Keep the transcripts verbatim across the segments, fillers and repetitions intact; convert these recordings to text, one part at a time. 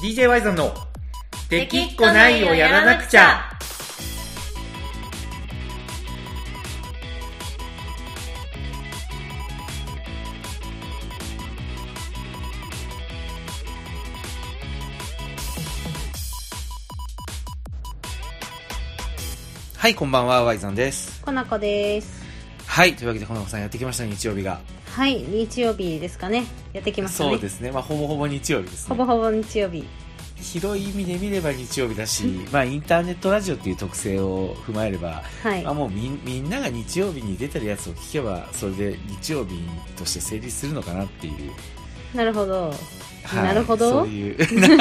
ディージェー ワイゾンのできっこないをやらなくちゃ。はい、こんばんは、ワイゾンです。 コナコです。 はい、というわけでコナコさんやってきました、日曜日が。 はい、日曜日ですかね。やってきましたね。 そうですね、まあほぼほぼ日曜日ですね。 ほぼほぼ日曜日。 広い意味で見れば日曜日だしまあインターネットラジオっていう特性を踏まえれば、はい、まあ、もう み, みんなが日曜日に出てるやつを聞けばそれで日曜日として成立するのかなっていう。 なるほど、はい、なるほど、 そういう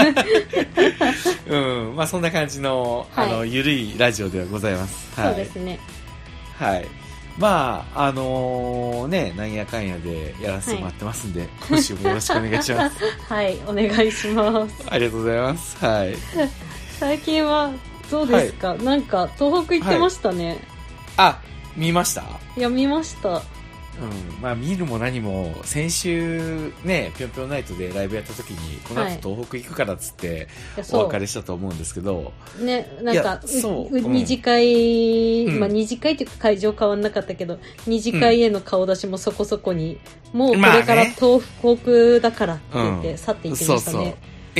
うん、まあそんな感じの、はい、あのゆるいラジオではございます、はい、 そうですね。 はい、まああのー、ね、なんやかんやでやらせてもらってますんで、はい、今週もよろしくお願いしますはい、お願いします。 ありがとうございます。はい。 最近はどうですか、はい、なんか東北行ってましたね、はい、 あ、見ました？ いや、見ました。 うん、まあ見るも何も先週ね、ぴょんぴょんナイトでライブやった時にこの後東北行くからっつってお別れしたと思うんですけど、 ね、なんかそう二次会、うん、まあ二次会っていうか会場変わんなかったけど二次会への顔出しもそこそこに、うん、もうこれから東北だからって言って去っていきましたね、うん、そうそう、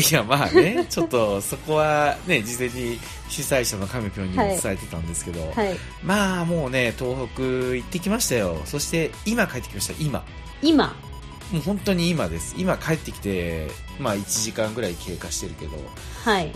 いやまあねちょっとそこはね事前に主催者のカメピョンにも伝えてたんですけど、はいはい、まあもうね東北行ってきましたよ。そして今帰ってきました。今今もう本当に今です。今帰ってきてまあいちじかんぐらい経過してるけど、 はい、 うん、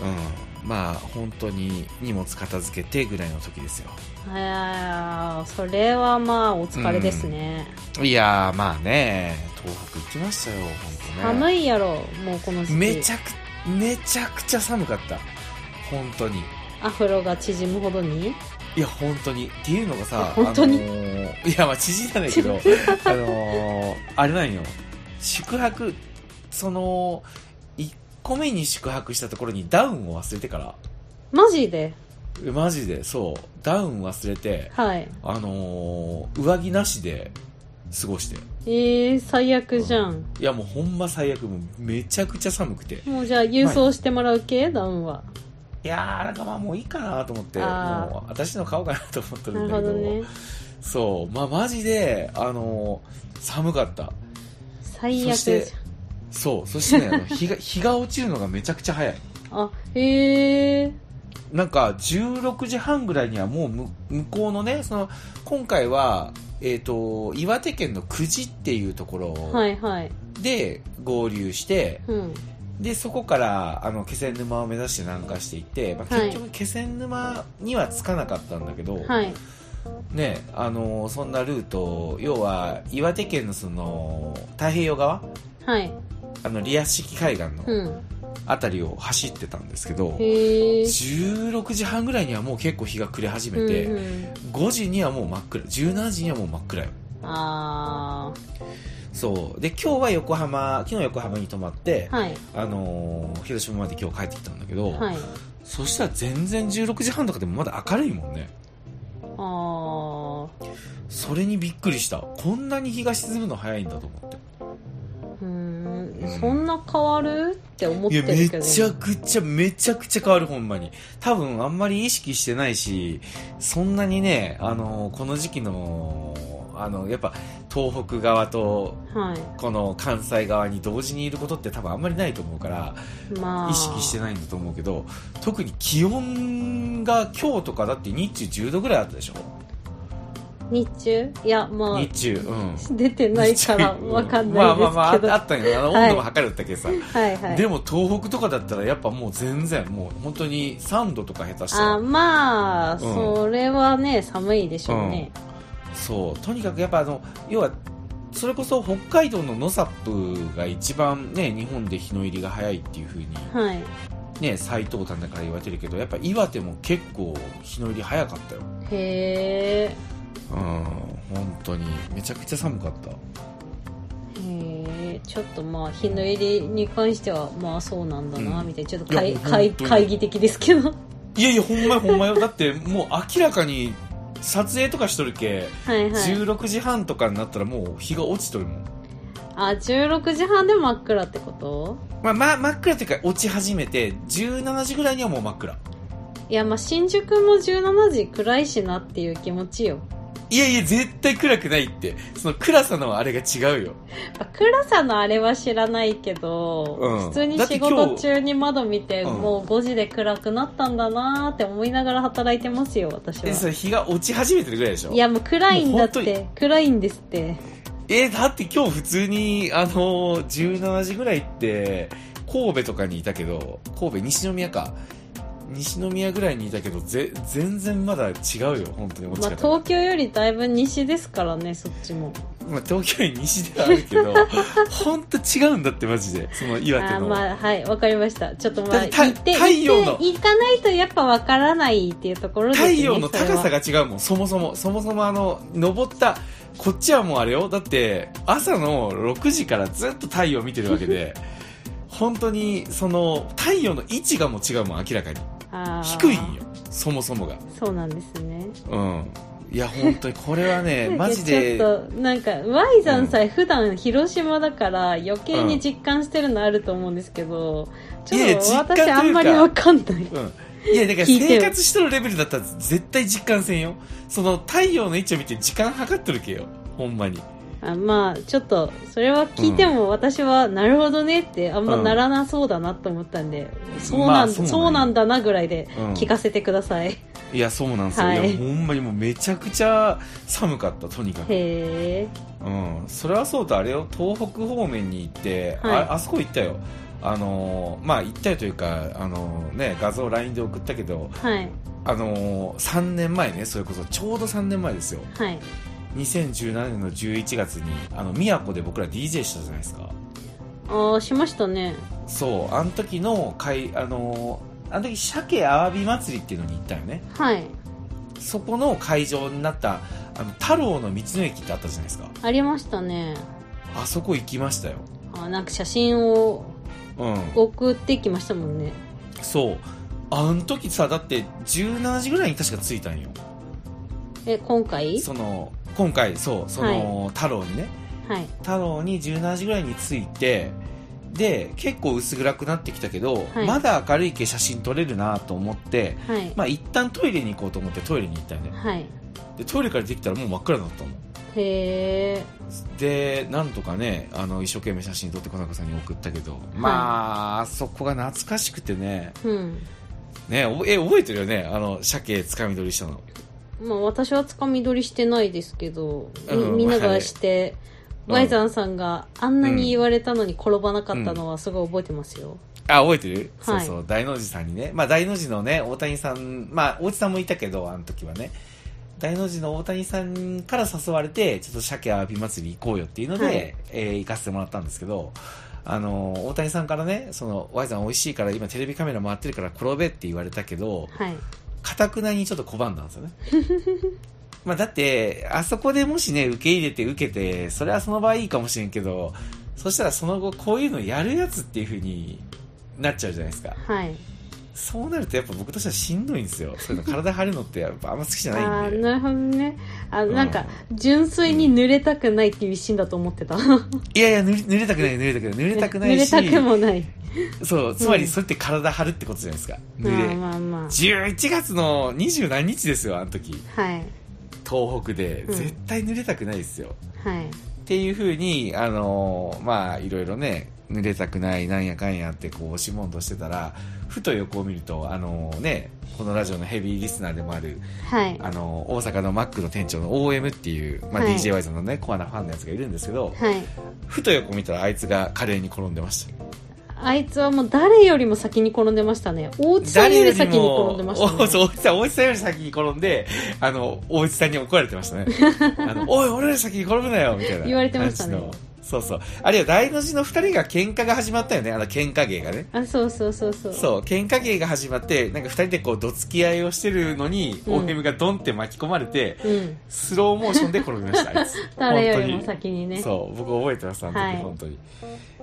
まあ本当に荷物片付けてぐらいの時ですよ。 あ、それはまあお疲れですね、 うん、いやまあね東北行きましたよ。本当ね、 寒いやろもうこの時期。 めちゃくめちゃくちゃ寒かった。本当にアフロが縮むほどに。 いや本当にっていうのがさ、 本当に、あのー、いやまあ縮んだんだけどあのー、あれなんよ、宿泊そのいっこめに宿泊したところにダウンを忘れてから。 マジでマジでそうダウン忘れて、 はい、 あのー、上着なしで過ごして。 えー、最悪じゃん、うん、 いやもうほんま最悪。もうめちゃくちゃ寒くて。 もうじゃあ郵送してもらう系、まあ、ダウンは。 いやーなんかまあもういいかなと思ってもう私の買おうかなと思ってるんだけど、ね、そうまあマジであのー、寒かった。 最悪じゃん。 そうそしてねあの日が日が落ちるのがめちゃくちゃ早い。 あ、へえ。 なんかじゅうろくじはんぐらいにはもう向こうのね、その今回はえーと岩手県の久慈っていうところで合流して、はいはい、うん、でそこからあの気仙沼を目指して南下していって、まあ、結局気仙沼には着かなかったんだけど、はい、ね、あのそんなルート、要は岩手県のその太平洋側、はい、あのリア式海岸の、うん、あたりを走ってたんですけど、じゅうろくじはんぐらいにはもう結構日が暮れ始めて、うんうん、ごじにはもう真っ暗、じゅうしちじにはもう真っ暗よ。あそうで今日は横浜、昨日横浜に泊まって、はい、あのー、広島まで今日帰ってきたんだけど、はい、そしたら全然じゅうろくじはんとかでもまだ明るいもんね。あそれにびっくりした。こんなに日が沈むの早いんだと思って。 うーん、うん、そんな変わるって思ってるけど、 いやめちゃくちゃめちゃくちゃ変わる。ほんまに多分あんまり意識してないし、そんなにね、あのこの時期のあのやっぱ東北側とこの関西側に同時にいることって多分あんまりないと思うから、まあ、意識してないんだと思うけど、特に気温が今日とかだって日中じゅうどぐらいあったでしょ。 日中いやまあ日中、うん、 出てないからわかんないですけど、まあまあまああったんよ。あの温度も測るったけさ、はいはいはい、でも東北とかだったらやっぱもう全然もう本当にさんどとか下手したら、 あまあ、うん、それはね寒いでしょうね、 うん、そうとにかくやっぱあの要はそれこそ北海道の野サップが一番ね日本で日の入りが早いっていう風に、はいね、最東端だから言われてるけど、やっぱ岩手も結構日の入り早かったよ。 へー、 うん、本当にめちゃくちゃ寒かった。 へえ、ちょっとまあ日の入りに関してはまあそうなんだな、うん、みたいな、ちょっと会会議的ですけど。 いやいやほんまよほんまよ。だってもう明らかに撮影とかしとるけ、はい、はい、じゅうろくじはんとかになったらもう日が落ちとるもん。 あ、じゅうろくじはんで真っ暗ってこと？ まあ、まあ、真っ暗っていうか落ち始めてじゅうしちじぐらいにはもう真っ暗。 いや、まあ新宿もじゅうしちじ暗いしなっていう気持ちよ。 いやいや、絶対暗くないって。その暗さのあれが違うよ。 暗さのあれは知らないけど、うん、普通に仕事中に窓見て、うん、もうごじで暗くなったんだなーって思いながら働いてますよ、私は。 え、それ日が落ち始めてるぐらいでしょ？ いや、もう暗いんだって。暗いんですって。 えー、だって今日普通に、あのー、じゅうしちじぐらいって、神戸とかにいたけど、神戸、西宮か。西宮ぐらいにいたけど、ぜ全然まだ違うよ、本当に落ち方。 まあ、東京よりだいぶ西ですからね、そっちも。 まあ、東京より西ではあるけど、本当違うんだって、マジで。その岩手の。 あ、まあ、はい、わかりました。ちょっとまあ、行って、 太陽の行かないとやっぱわからないっていうところですね。 太陽の高さが違うもん、そもそも。そもそもあの、登った、こっちはもうあれよ、だって、朝のろくじからずっと太陽見てるわけで、本当に、その、太陽の位置がもう違うもん、明らかに。低いんよ、そもそもが。 そうなんですね。 うん。いや、本当にこれはね、マジで。 ちょっと、なんか、Y さんさえ普段広島だから余計に実感してるのあると思うんですけど、うん、ちょっと私あんまりわかんない。うん。 いや、だから生活してるレベルだったら絶対実感せんよ。その太陽の位置を見て時間計ってるけよ、ほんまに。 あ、まあちょっとそれは聞いても私はなるほどねってあんまならなそうだなと思ったんで、うん、そうなん、まあ、そうなん、そうなんだなぐらいで聞かせてください。 うん、いや、そうなんですよ、はい、いやほんまにもうめちゃくちゃ寒かった、とにかく。 へー、うん、それはそうとあれよ、東北方面に行って、はい、あ, あそこ行ったよ、あのー、まあ行ったよというか、あのーね、画像 ライン で送ったけど、 はい、 あのー、さんねんまえね、それこそちょうどさんねんまえですよ、 はい、 にせんじゅうななねんのじゅういちがつにあの宮古で僕ら ディージェー したじゃないですか。 ああ、しましたね。 そう、あの時の会、あのー、あの時鮭あわび祭りっていうのに行ったよね。 はい。 そこの会場になったあの太郎の道の駅ってあったじゃないですか。 ありましたね。 あそこ行きましたよ。 あ、なんか写真を送ってきましたもんね。 うん、そう、あの時さ、だってじゅうしちじぐらいに確か着いたんよ。 え、今回その今回そうその、はい、太郎にね、 はい、 太郎にじゅうしちじぐらいに着いて、で結構薄暗くなってきたけど、はい、まだ明るいけ写真撮れるなと思って、 はい、 まあ一旦トイレに行こうと思ってトイレに行ったよね、 はい、 でトイレから出てきたらもう真っ暗だったもん。 へー。でなんとかね、あの一生懸命写真撮って小中さんに送ったけど、はい、まあそこが懐かしくてね、 うん、 ねえ、覚えてるよね、あの鮭つかみ取りしたの。 まあ、私はつかみ取りしてないですけど、うん、みんながして、うん、ワイザンさんがあんなに言われたのに転ばなかったのはすごい覚えてますよ。 うん、あ、覚えてる、 はい、 そうそう、大の字さんにね、まあ大の字のね、大谷さん、まあ大地さんもいたけど、あの時はね、大の字の大谷さんから誘われて、ちょっと鮭あわび祭り行こうよっていうので、はい、えー、行かせてもらったんですけど、あの、大谷さんからね、その、ワイザン美味しいから今テレビカメラ回ってるから転べって言われたけど、 はい、 固くなにちょっと拒んだんですよね。まあだって、あそこでもしね、受け入れて受けて、それはその場合いいかもしれんけど、そしたらその後こういうのやるやつっていう風になっちゃうじゃないですか。 はい。 そうなるとやっぱ僕としてはしんどいんですよ。そういうの体張るのってやっぱあんま好きじゃないんで。 ああ、なるほどね。あ、うん、なんか、純粋に濡れたくないっていう一心だと思ってた。うん、 いやいや、濡れ、濡れたくない、濡れたくない、濡れたくないし。 濡れたくもない。 そう、つまりそれって体張るってことじゃないですか。 濡れ。まあまあまあ。 じゅういちがつの二十何日ですよ、あの時。 はい。 東北で、絶対濡れたくないですよ。 うん、はい。 っていう風に、あのー、まあ、いろいろね、濡れたくない、なんやかんやってこう、押し問答してたら、ふと横を見ると、あのー、ね、このラジオのヘビーリスナーでもある、 はい、 あのー、大阪のマックの店長の オーエム っていう、まあ、ディージェーワイ さんのね、コアなファンのやつがいるんですけど、 はい、 ふと横見たらあいつがカレーに転んでました。 あいつはもう誰よりも先に転んでましたね。大内さんより先に転んでましたね。 そう、大内さん、大内さんより先に転んで、あの、大内さんに怒られてましたね。あの、おい、俺より先に転ぶなよみたいな。 言われてましたね。 そうそう。あるいは大の字の二人が喧嘩が始まったよね。あの喧嘩芸がね。 あ、そうそうそうそう。 そう、喧嘩芸が始まって、なんか二人でこう、どつき合いをしてるのに、うん、オーエム がドンって巻き込まれて、うん、スローモーションで転びました、あいつ。 誰よりも先にね。 そう、僕覚えてます、あの時、はい、本当に。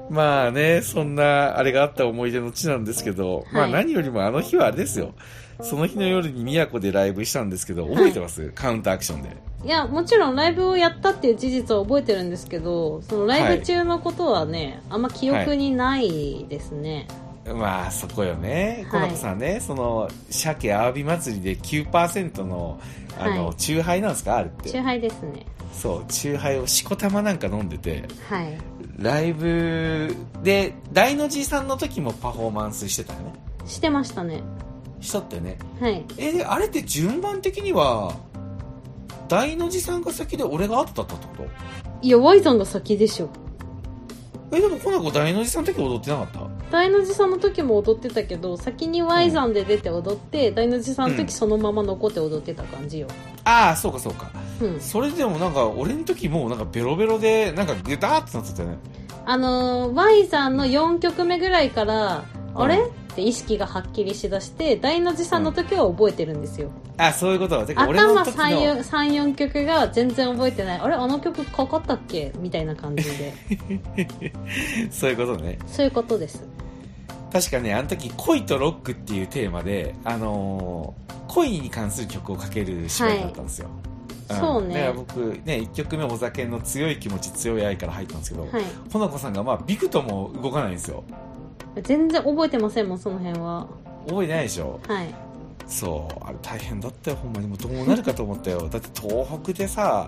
まあね、そんなあれがあった思い出の地なんですけど、はい、まあ何よりもあの日はあれですよ。その日の夜に宮古でライブしたんですけど、覚えてます、はい、カウンターアクションで。 いや、もちろんライブをやったっていう事実は覚えてるんですけど、そのライブ中のことはね、はい、あんま記憶にないですね。 はい、まあそこよね。小中さんね、はい、その鮭アワビ祭りで きゅうパーセント のあの、はい、チューハイなんですかあれって。 チューハイですね。 そう、チューハイをしこたまなんか飲んでて、 はい、 ライブで大の字さんの時もパフォーマンスしてたよね。 してましたね。 しとってね。 はい。 えー、あれって順番的には大の字さんが先で俺が後だったってこと？ いや Y さんが先でしょ。 えでもこの子大の字さんの時踊ってなかった？ 大の字さんの時も踊ってたけど、先に Y さんで出て踊って、うん、大の字さんの時そのまま残って踊ってた感じよ。 ああそうかそうか、 うん、 それでもなんか俺の時もうなんかベロベロでなんかグターってなってたよね。 あのー、Y さんのよんきょくめぐらいから、うん、あれって意識がはっきりしだして、大の字さんの時は覚えてるんですよ。 うん、あそういうことだ。 頭さん、よんきょくが全然覚えてない。あれあの曲かかったっけみたいな感じでそういうことね。 そういうことです。 確かね、あの時恋とロックっていうテーマで、あのー、恋に関する曲をかける芝居だったんですよ。 はい、うん、そうね。 だから僕ね、いっきょくめお酒の強い気持ち強い愛から入ったんですけど、 はい、 ほなこさんがまあビクとも動かないんですよ。 全然覚えてませんもん、その辺は。 覚えてないでしょ。 はい。 そうあれ大変だったよ、ほんまに。もうどうなるかと思ったよだって東北でさ、 はい、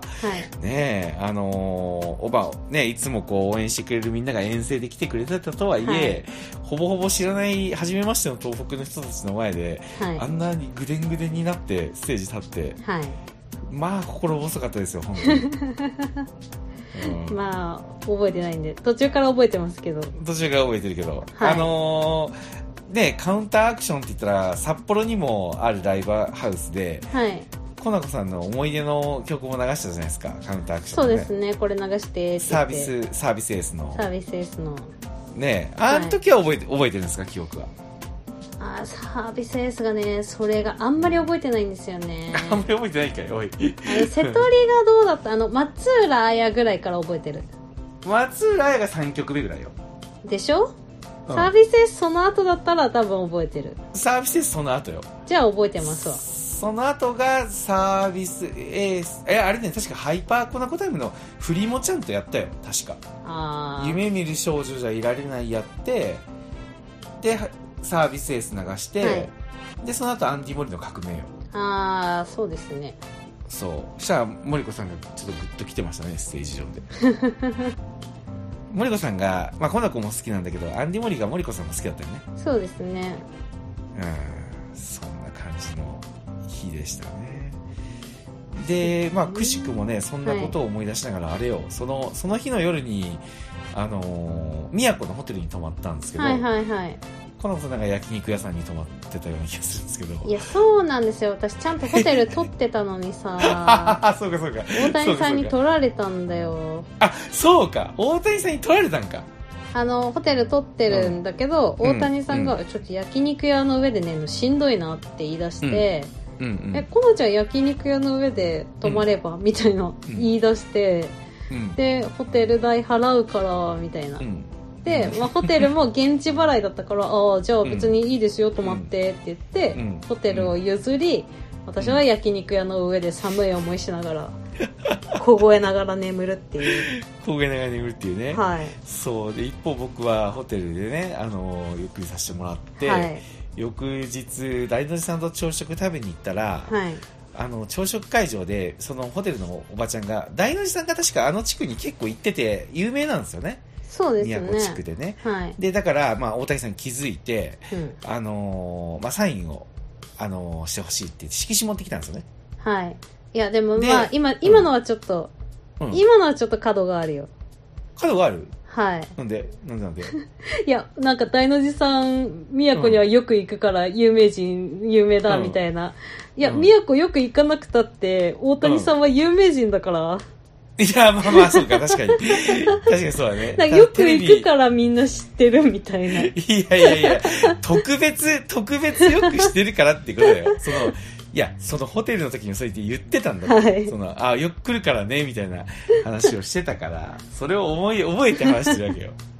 ねえあのー、おばねいつもこう応援してくれるみんなが遠征で来てくれてたとはいえ、はい、ほぼほぼ知らない初めましての東北の人たちの前で、はい、あんなにぐでんぐでんになってステージ立って、 はい、 まあ心細かったですよ本当にうん、まあ覚えてないんで途中から覚えてますけど途中から覚えてるけど、 はい、 あのーでカウンターアクションって言ったら札幌にもあるライブハウスで、 はい、 コナコさんの思い出の曲も流したじゃないですか、カウンターアクション、 ね、そうですね、これ流してって言ってサービスサービスエースのサービスエースのねえ、あの時は覚えて、はい、覚えてるんですか記憶は。 あサービスエースがね、それがあんまり覚えてないんですよねあんまり覚えてないかい。おいあの瀬戸りがどうだった、あの松浦綾ぐらいから覚えてる。 松浦綾がさんきょくめぐらいよ。 でしょ、サービスエースその後だったら多分覚えてる。 サービスエースその後よ。 じゃあ覚えてますわ。 その後がサービスエース、えあれね、確かハイパーコナコタイムの振りもちゃんとやったよ確か。 あ夢見る少女じゃいられないやって、でサービスエース流して、はい、でその後アンディモリの革命よ。 ああそうですね。 そうそしたら森子さんがちょっとグッと来てましたねステージ上で森子さんが、まあ、コナコも好きなんだけどアンディモリが森子さんも好きだったよね。 そうですね。 うんそんな感じの日でしたね。でまあくしくもねそんなことを思い出しながら、はい、あれよそのその日の夜にあのー、宮古のホテルに泊まったんですけど、 はいはいはい、 コナコさんなんか焼肉屋さんに泊まってたような気がするんですけど。 いやそうなんですよ、私ちゃんとホテル取ってたのにさそうかそうか、 大谷さんに取られたんだよ。 あそうか、大谷さんに取られたんか。 あのホテル取ってるんだけど、うん、大谷さんが、うん、ちょっと焼肉屋の上で寝るのしんどいなって言い出して、うんうんうん、えコナちゃん焼肉屋の上で泊まれば、うん、みたいな言い出して、うん、でホテル代払うからみたいな、うんでまあ、ホテルも現地払いだったからああじゃあ別にいいですよ、うん、泊まってって言って、うん、ホテルを譲り、私は焼肉屋の上で寒い思いしながら凍えながら眠るっていう凍えながら眠るっていうね、 はい、 そうで一方僕はホテルでねあのゆっくりさせてもらって、はい、翌日大の字さんと朝食食べに行ったら、 はい、 あの朝食会場でそのホテルのおばちゃんが大の字さんが確かあの地区に結構行ってて有名なんですよね。 そうですね、 宮古地区でね、 はい、 でだから、まあ、大谷さん気づいて、 うん、 あのーまあ、サインを、あのー、してほしいって色紙持ってきたんですよね。 はい。いやでもまあ今今のはちょっと、うん、今のはちょっと角があるよ。 角がある？ はい。 なんでなんでなんでいやなんか大の字さん宮古にはよく行くから有名人、うん、有名だみたいな、いや、うん、宮古よく行かなくたって大谷さんは有名人だから、うんいや、まあまあ、そうか、確かに。確かにそうだね。 なんかよく行くからみんな知ってるみたいな。いやいやいや、特別、特別よく知ってるからってことだよ。その、いや、そのホテルの時にそう言って言ってたんだって。 はい、 その、あ、よく来るからね、みたいな話をしてたから、それを思い、覚えて話してるわけよ。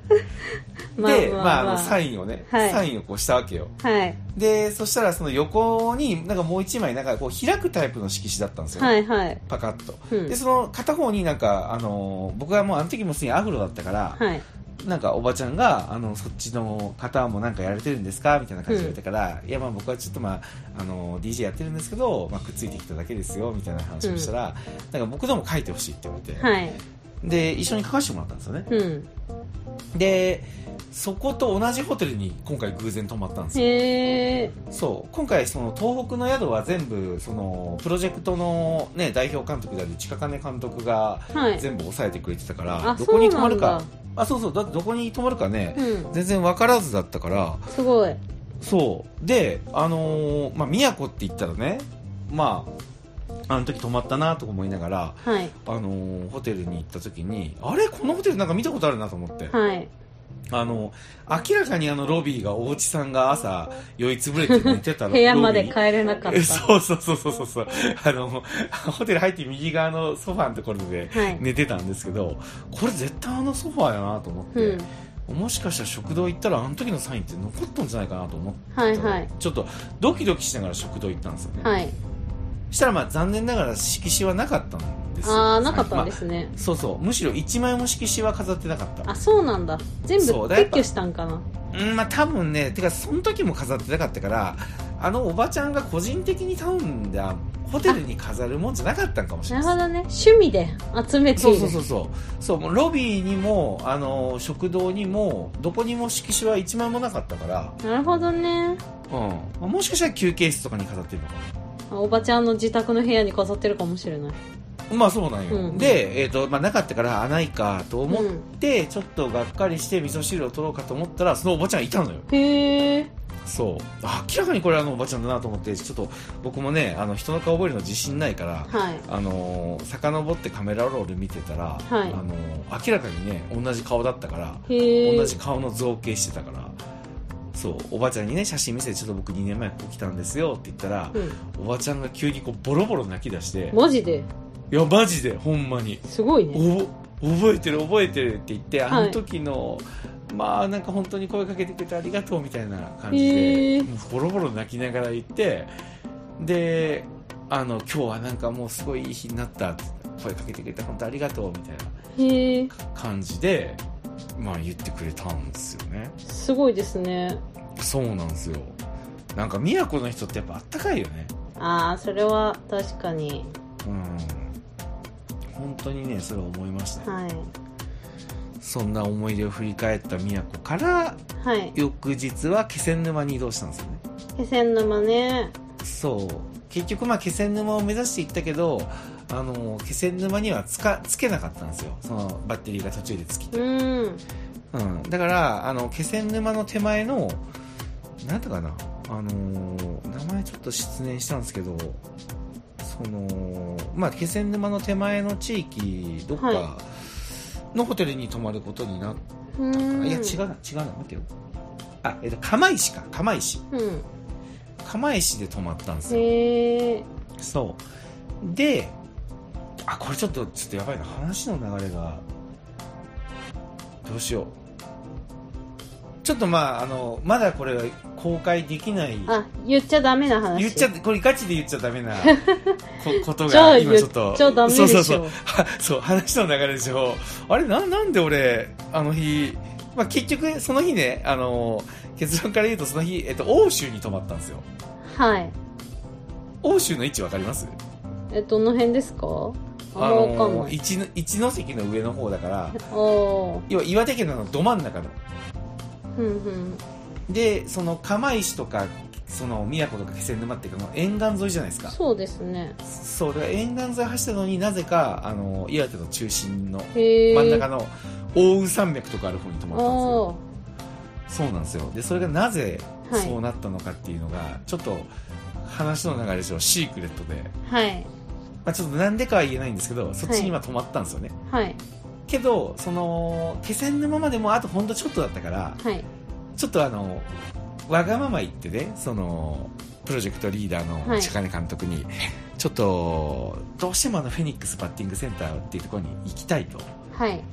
で、まあ、まあ、あのサインをね、はい、サインをこうしたわけよ。 はい。 で、そしたらその横になんかもう一枚なんかこう開くタイプの色紙だったんですよ。 はいはい。 パカッと。 うん、 で、その片方になんか、あの、僕はもうあの時もすでにアフロだったから、 はい。 なんかおばちゃんが、あの、そっちの方もなんかやられてるんですかみたいな感じで言われたから、うん、いやまあ僕はちょっとまあ、あの、ディージェー やってるんですけど、まあくっついてきただけですよ、みたいな話をしたら、うん、なんか僕でも書いてほしいって言われて、 はい。 で、一緒に書かせてもらったんですよね。 うん。 で、そこと同じホテルに今回偶然泊まったんですよ。 へー。 そう今回その東北の宿は全部そのプロジェクトの、ね、代表監督である近金監督が全部抑えてくれてたから、はい、どこに泊まるかあそうそうだってどこに泊まるかね、うん、全然分からずだったからすごいそうであのー、まあ宮古って言ったらねまああの時泊まったなと思いながら、 はい、 あのー、ホテルに行った時にあれこのホテルなんか見たことあるなと思って、 はいあの明らかにあのロビーが大内さんが朝酔いつぶれて寝てた部屋まで帰れなかったそうそうそうそうそうあのホテル入って右側のソファーのところで寝てたんですけど、はい、これ絶対あのソファーやなと思って、うん、もしかしたら食堂行ったらあの時のサインって残ったんじゃないかなと思って、 はいはい、 ちょっとドキドキしながら食堂行ったんですよね、 はい、 したらまあ残念ながら色紙はなかったんですよ。 ああなかったんですね、 まあ、そうそうむしろいちまいも色紙は飾ってなかった。 あそうなんだ全部撤去したんかな。 うんまあ多分ねてかその時も飾ってなかったからあのおばちゃんが個人的に頼んだホテルに飾るもんじゃなかったんかもしれない。 なるほどね趣味で集めている。 そうそうそうそうそうもうロビーにもあの食堂にもどこにも色紙はいちまいもなかったから。 なるほどね、 うん、もしかしたら休憩室とかに飾ってるのかな。 おばちゃんの自宅の部屋に飾ってるかもしれない。 まあそうなんよ、うん、で、えーとまあ、なかったからあないかと思って、うん、ちょっとがっかりして味噌汁を取ろうかと思ったらそのおばちゃんいたのよ。 へーそう明らかにこれあのおばちゃんだなと思ってちょっと僕もねあの人の顔覚えるの自信ないから、 はい、 あの遡ってカメラロール見てたら、はい、あの明らかにね同じ顔だったから同じ顔の造形してたからそうおばちゃんにね写真見せてちょっと僕にねんまえここ来たんですよって言ったら、うん、おばちゃんが急にこうボロボロ泣き出してマジでいやマジでほんまにすごいねお覚えてる覚えてるって言ってあの時の、はい、まあなんか本当に声かけてくれてありがとうみたいな感じでもうボロボロ泣きながら言ってであの今日はなんかもうすごいいい日になった声かけてくれて本当ありがとうみたいな感じでまあ言ってくれたんですよね。 すごいですね。 そうなんですよ。なんか宮古の人ってやっぱあったかいよね。 ああそれは確かにうん本当にねそれを思いました、 はい、 そんな思い出を振り返った宮古から、 はい、 翌日は気仙沼に移動したんですよね。 気仙沼ねそう結局まあ気仙沼を目指していったけどあの気仙沼にはつかつけなかったんですよそのバッテリーが途中で尽きて、 うんうん、だからあの気仙沼の手前のなんだかなあのー、名前ちょっと失念したんですけどそのまあ気仙沼の手前の地域どっかのホテルに泊まることになって、はい、いや違うな違うな待ってよあ、えっと、釜石か釜石、 うん、 釜石で泊まったんですよ。 へーそうであこれちょっとちょっとやばいな話の流れがどうしようちょっとまああのまだこれは公開できないあ言っちゃダメな話言っちゃこれガチで言っちゃダメなこことが今ちょっとじゃあ言っちゃダメでしょそうそうそうそう話の流れでしょあれ な, なんで俺あの日、まあ、結局その日ねあの結論から言うとその日、えっと、欧州に泊まったんですよ。 はい欧州の位置わかります？ えどの辺ですか？あんま分かんない。 一一関の上の方だから要は岩手県のど真ん中のうんうんでその釜石とかその宮古とか気仙沼っていうかの沿岸沿いじゃないですか。 そうですね。 そうだから沿岸沿い走ったのになぜかあの岩手の中心の真ん中の奥羽山脈とかある方に泊まったんですよ。そうなんですよ。でそれがなぜそうなったのかっていうのが、はい、ちょっと話の流れ上シークレットで、 はいまあ、ちょっとなんでかは言えないんですけどそっちに今泊まったんですよね。 はい、 けどその気仙沼までもあとほんとちょっとだったから、 はい、 ちょっとあのわがまま言ってねそのプロジェクトリーダーの近金監督に、はい、ちょっとどうしてもあのフェニックスバッティングセンターっていうところに行きたいと、 はい、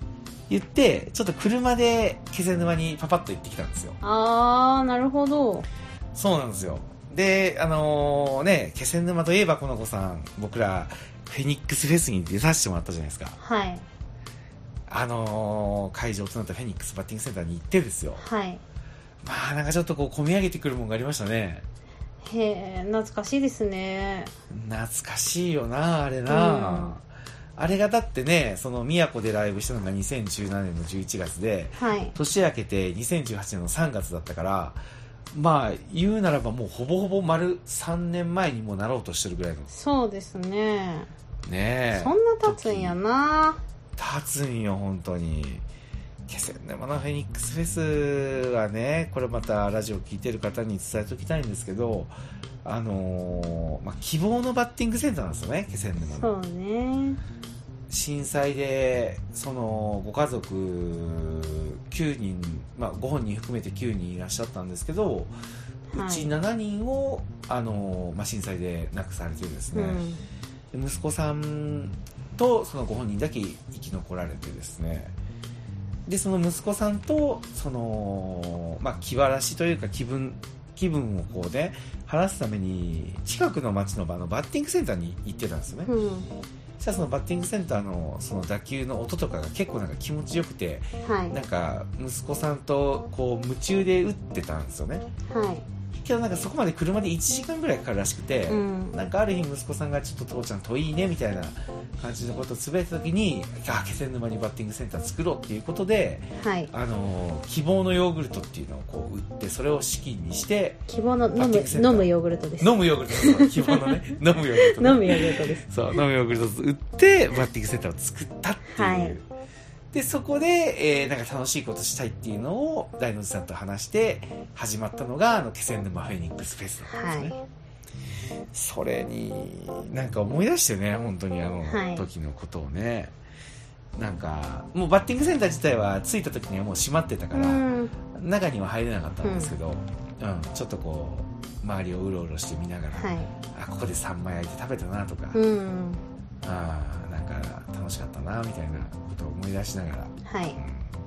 言ってちょっと車で気仙沼にパパッと行ってきたんですよ。 あー、なるほど。 そうなんですよ。で、あのー、ね、気仙沼といえばこの子さん、僕らフェニックスフェスに出させてもらったじゃないですか。 はい。 あのー、会場となったフェニックスバッティングセンターに行ってですよ。 はい。 まあなんかちょっとこう込み上げてくるものがありましたね。 へえ、懐かしいですね。 懐かしいよな、あれな、うん、あれがだってね、その宮古でライブしたのがにせんじゅうななねんのじゅういちがつで、 はい、 年明けてにせんじゅうはちねんのさんがつだったから、まあ言うならばもうほぼほぼ丸さんねんまえにもなろうとしてるぐらいの。 そうですね。 ねえ。 そんな経つんやな。 経つんよ本当に。気仙沼のフェニックスフェスはね、これまたラジオ聞いてる方に伝えておきたいんですけど、あのーまあ、希望のバッティングセンターなんですよね、気仙沼の。 そうね。 震災でそのご家族きゅうにん、まあ、ご本人含めてきゅうにんいらっしゃったんですけど、うちしちにんを、あのーまあ、震災で亡くされてですね、うん、で息子さんとそのご本人だけ生き残られてですね、でその息子さんとその、まあ、気晴らしというか気分気分をこうね晴らすために近くの町の場のバッティングセンターに行ってたんですよね、うん、そしたらそのバッティングセンターのその打球の音とかが結構なんか気持ちよくて、はい、なんか息子さんとこう夢中で打ってたんですよね、はい、けどなんかそこまで車でいちじかんぐらいかかるらしくて、うん、なんかある日息子さんがちょっと父ちゃん遠いねみたいな感じのことをつぶやいた時に、あ、気仙沼にバッティングセンター作ろうっていうことで、はい、あの希望のヨーグルトっていうのをこう売って、それを資金にして希望の飲む飲むヨーグルトです。 飲むヨーグルト、希望のね飲むヨーグルト、ね、 飲むヨーグルトです。 そう、飲むヨーグルトを売ってバッティングセンターを作ったっていう、はい、でそこで、えー、なんか楽しいことしたいっていうのを大の字さんと話して始まったのがあの気仙沼フェニックスフェスだったんですね、はい、それになんか思い出してね、本当にあの時のことをね、はい、なんかもうバッティングセンター自体は着いた時にはもう閉まってたから、うん、中には入れなかったんですけど、うんうん、ちょっとこう周りをうろうろして見ながら、はい、あ、ここでサンマ焼いて食べたなとか、うん、あ、なんか楽しかったなみたいなことを思い出しながら、はい、うん、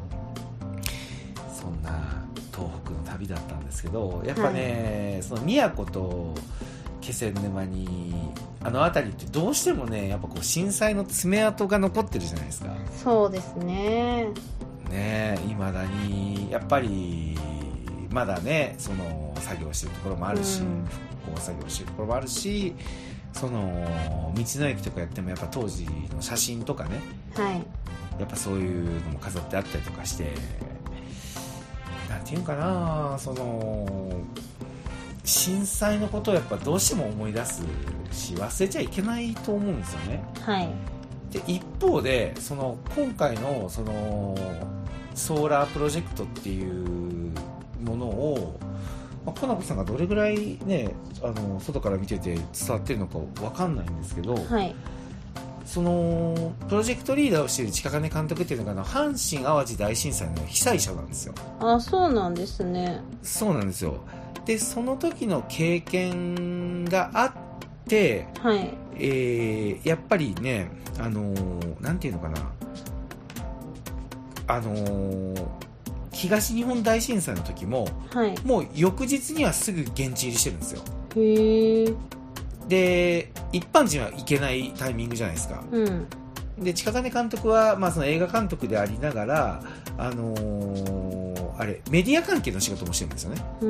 そんな東北の旅だったんですけど、やっぱね、はい、その宮古と気仙沼にあの辺りってどうしてもね、やっぱこう震災の爪痕が残ってるじゃないですか。 そうですね。 ね、未だにやっぱりまだね、その作業してるところもあるし、うん、復興作業してるところもあるし、その道の駅とかやってもやっぱ当時の写真とかね、はい、やっぱそういうのも飾ってあったりとかして、なんていうかな、その震災のことをやっぱどうしても思い出すし忘れちゃいけないと思うんですよね、はい、で一方でその今回のそのソーラープロジェクトっていうものを、まあ、コナコさんがどれぐらいね、あの外から見てて伝わってるのか分かんないんですけど、はい、そのプロジェクトリーダーをしている近金監督っていうのがあの阪神・淡路大震災の被災者なんですよ。 あ、そうなんですね。 そうなんですよ。でその時の経験があって、はい、えー、やっぱりね、あのー、なんていうのかな、あのー、東日本大震災の時も、はい、もう翌日にはすぐ現地入りしてるんですよ。へー。で一般人は行けないタイミングじゃないですか、うん、で近金監督は、まあ、その映画監督でありながら、あのー、あれメディア関係の仕事もしてるんですよね、うん、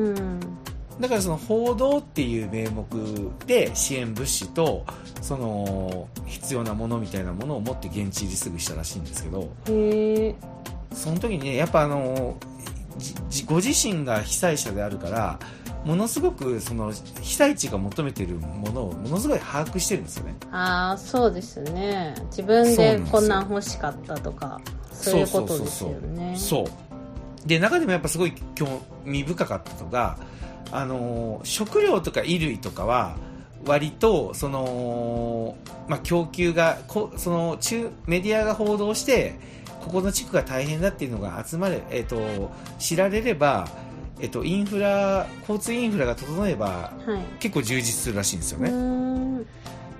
だからその報道っていう名目で支援物資とその必要なものみたいなものを持って現地入りすぐしたらしいんですけど、へ、その時にね、やっぱあのー、ご自身が被災者であるからものすごくその被災地が求めているものをものすごい把握してるんですよね。 ああ、そうですね。自分でこんなん欲しかったとかそういうことですよね。 そうで、中でもやっぱすごい興味深かったのが、あの食料とか衣類とかは割とその、まあ、供給がこその中メディアが報道してここの地区が大変だっていうのが集まれ、えーと、知られれば、えっと、インフラ交通インフラが整えば、はい、結構充実するらしいんですよね。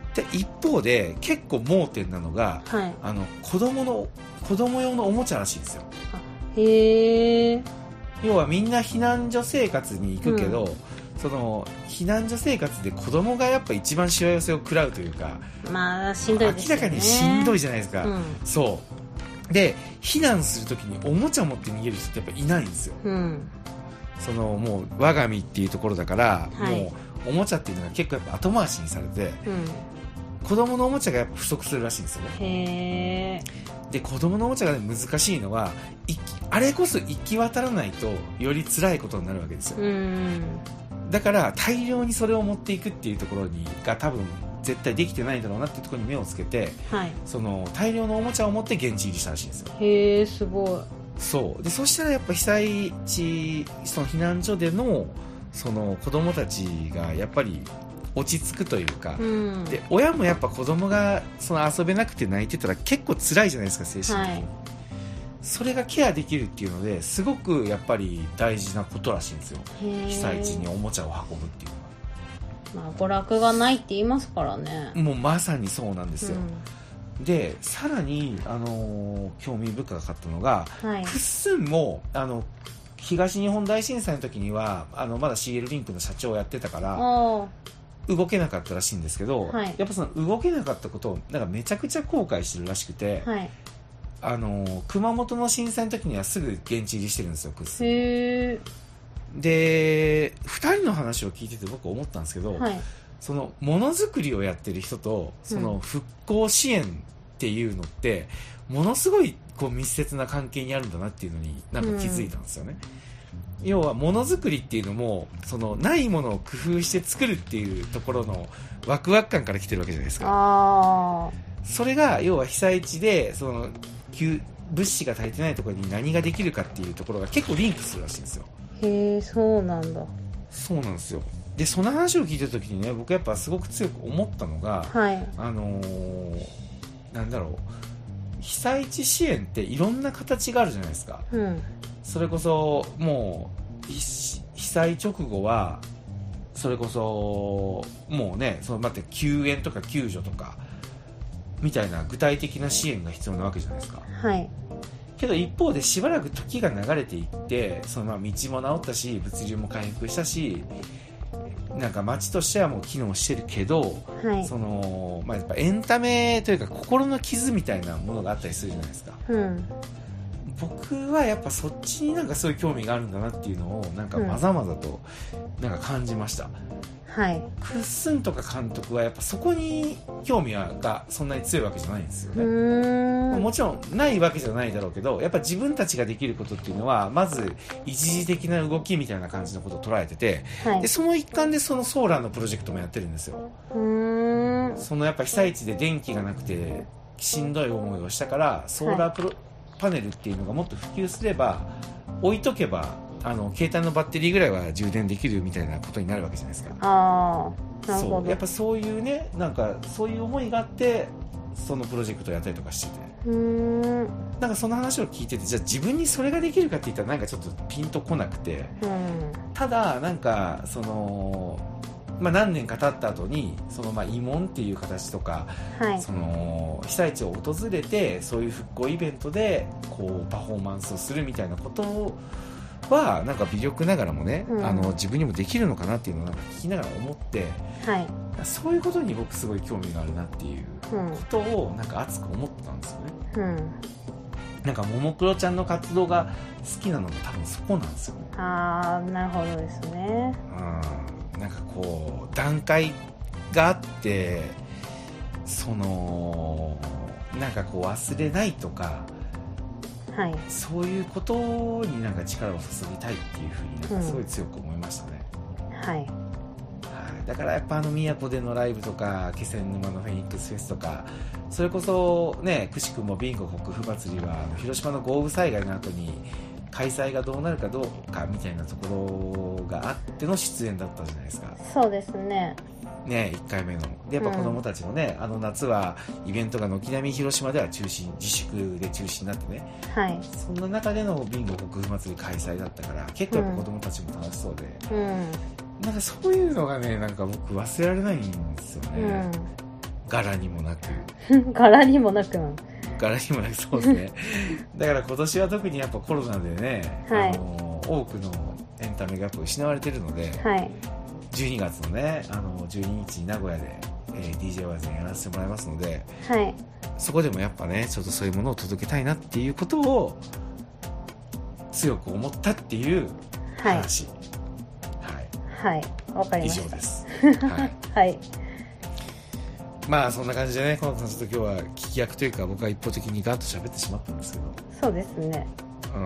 で一方で結構盲点なのが、はい、あの子供の子供用のおもちゃらしいんですよ。 へえ。 要はみんな避難所生活に行くけど、うん、その避難所生活で子供がやっぱ一番しわ寄せを食らうというか、 まあしんどいですよね。 明らかにしんどいじゃないですか、うん、そうで避難するときにおもちゃ持って逃げる人ってやっぱいないんですよ、うん、そのもう我が身っていうところだから、はい、もうおもちゃっていうのが結構やっぱ後回しにされて、うん、子供のおもちゃがやっぱ不足するらしいんですよね。 へー。 で子供のおもちゃが、ね、難しいのはあれこそ行き渡らないとより辛いことになるわけですよ。うんだから大量にそれを持っていくっていうところにが多分絶対できてないんだろうなっていうところに目をつけて、はい、その大量のおもちゃを持って現地入りしたらしいんですよ。 へーすごい。 そうでそしたらやっぱ被災地その避難所でのその子供たちがやっぱり落ち着くというか、うん、で親もやっぱ子供がその遊べなくて泣いてたら結構辛いじゃないですか精神的に、はい、それがケアできるっていうのですごくやっぱり大事なことらしいんですよ。被災地におもちゃを運ぶっていうのは、 まあ、娯楽がないって言いますからね。 もうまさにそうなんですよ、うん、でさらに、あのー、興味深かったのが、はい、クッスンもあの東日本大震災の時にはあのまだ シーエル リンクの社長をやってたから動けなかったらしいんですけど、はい、やっぱその動けなかったことをなんかめちゃくちゃ後悔してるらしくて、はい、あの熊本の震災の時にはすぐ現地入りしてるんですよクッスン。 へー。 でふたりの話を聞いてて僕思ったんですけど、はい、そのものづくりをやってる人とその復興支援っていうのって、うん、ものすごいこう密接な関係にあるんだなっていうのになんか気づいたんですよね、うん、要はものづくりっていうのもそのないものを工夫して作るっていうところのワクワク感から来てるわけじゃないですか。 あそれが要は被災地でその物資が足りてないところに何ができるかっていうところが結構リンクするらしいんですよ。 へえ、そうなんだ。 そうなんですよ。でその話を聞いた時にね僕やっぱすごく強く思ったのが、はい、あのー、なんだろう被災地支援っていろんな形があるじゃないですか、うん、それこそもう被災直後はそれこそもうねその待って救援とか救助とかみたいな具体的な支援が必要なわけじゃないですか。 はい。 けど一方でしばらく時が流れていってそのまあ道も治ったし物流も回復したしなんか街としてはもう機能してるけど、はい、そのまあ、やっぱエンタメというか心の傷みたいなものがあったりするじゃないですか、うん、僕はやっぱそっちになんかそういう興味があるんだなっていうのをなんかまざまざとなんか感じました、うんはい、クッスンとか監督はやっぱそこに興味がそんなに強いわけじゃないんですよね。うーんもちろんないわけじゃないだろうけどやっぱ自分たちができることっていうのはまず一時的な動きみたいな感じのことを捉えてて、はい、でその一環でそのソーラーのプロジェクトもやってるんですよ。うーんそのやっぱ被災地で電気がなくてしんどい思いをしたからソーラープロ、はい、パネルっていうのがもっと普及すれば置いとけばあの携帯のバッテリーぐらいは充電できるみたいなことになるわけじゃないですか。 あーなるほど。 そうやっぱそういうねなんかそういう思いがあってそのプロジェクトをやったりとかしててうーんなんかその話を聞いててじゃあ自分にそれができるかって言ったらなんかちょっとピンとこなくて、うん、ただなんかそのまあ、何年か経った後にそのまあ慰問っていう形とか、はい、その被災地を訪れてそういう復興イベントでこうパフォーマンスをするみたいなことをはなんか微力ながらもね、うん、あの自分にもできるのかなっていうのをなんか聞きながら思って、はい、そういうことに僕すごい興味があるなっていうことをなんか熱く思ったんですよね、うん、なんかももクロちゃんの活動が好きなのが多分そこなんですよね。 あーなるほどですね、 うん、なんかこう段階があってそのなんかこう忘れないとかはい、そういうことになんか力を注ぎたいっていうふうになんかすごい強く思いましたね、うんはい、はいだからやっぱあの宮古でのライブとか気仙沼のフェニックスフェスとかそれこそねくしくもビンゴ国府祭りは広島の豪雨災害の後に開催がどうなるかどうかみたいなところがあっての出演だったじゃないですか。 そうですねね、いっかいめのでやっぱ子どもたちもね、うん、あの夏はイベントが軒並み広島では中止自粛で中止になってね、はい、そんな中でのビンゴ国府祭り開催だったから結構やっぱ子どもたちも楽しそうで、うん、なんかそういうのがねなんか僕忘れられないんですよね、 柄にもなく柄にもなくな柄にもなくそうですねだから今年は特にやっぱコロナでね、はい、あの多くのエンタメがやっぱ失われてるので、はい、じゅうにがつのねあのじゅうににちに名古屋で、えー、ディージェー ワイズにやらせてもらいますので、はい、そこでもやっぱねちょっとそういうものを届けたいなっていうことを強く思ったっていう話はいはいわ、はい、かりました以上ですはい、はいまあそんな感じでね、このちょっと今日は聞き役というか僕は一方的にガッと喋ってしまったんですけど。 そうですね。 うん。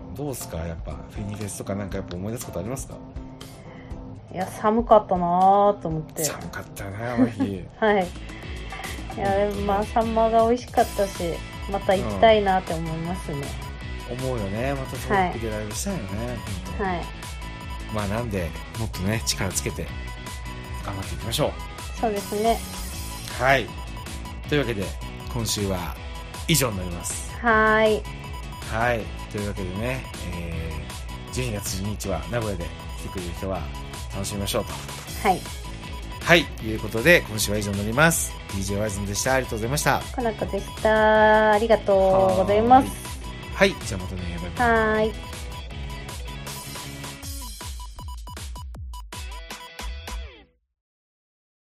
どうですかやっぱフェニフェスとかなんかやっぱ思い出すことありますか？ いや寒かったなと思って。 寒かったなあの日。 はい。いやまあサンマが美味しかったし、また行きたいなって思いますね。 うん、思うよね。またそうやってライブしたいよね。はい。まあなんでもっとね力つけて頑張っていきましょう。 そうですね。 はい。というわけで今週は以上になります。 はい。 はい。というわけでね、えー、じゅうにがつじゅうににちは名古屋で来てくれる人は楽しみましょうと。 はい。 はい。ということで今週は以上になります。ディージェー ワイズンでした。ありがとうございました。 かなこでした。ありがとうございます。 はい。じゃあまたね。バイバイ。 はい。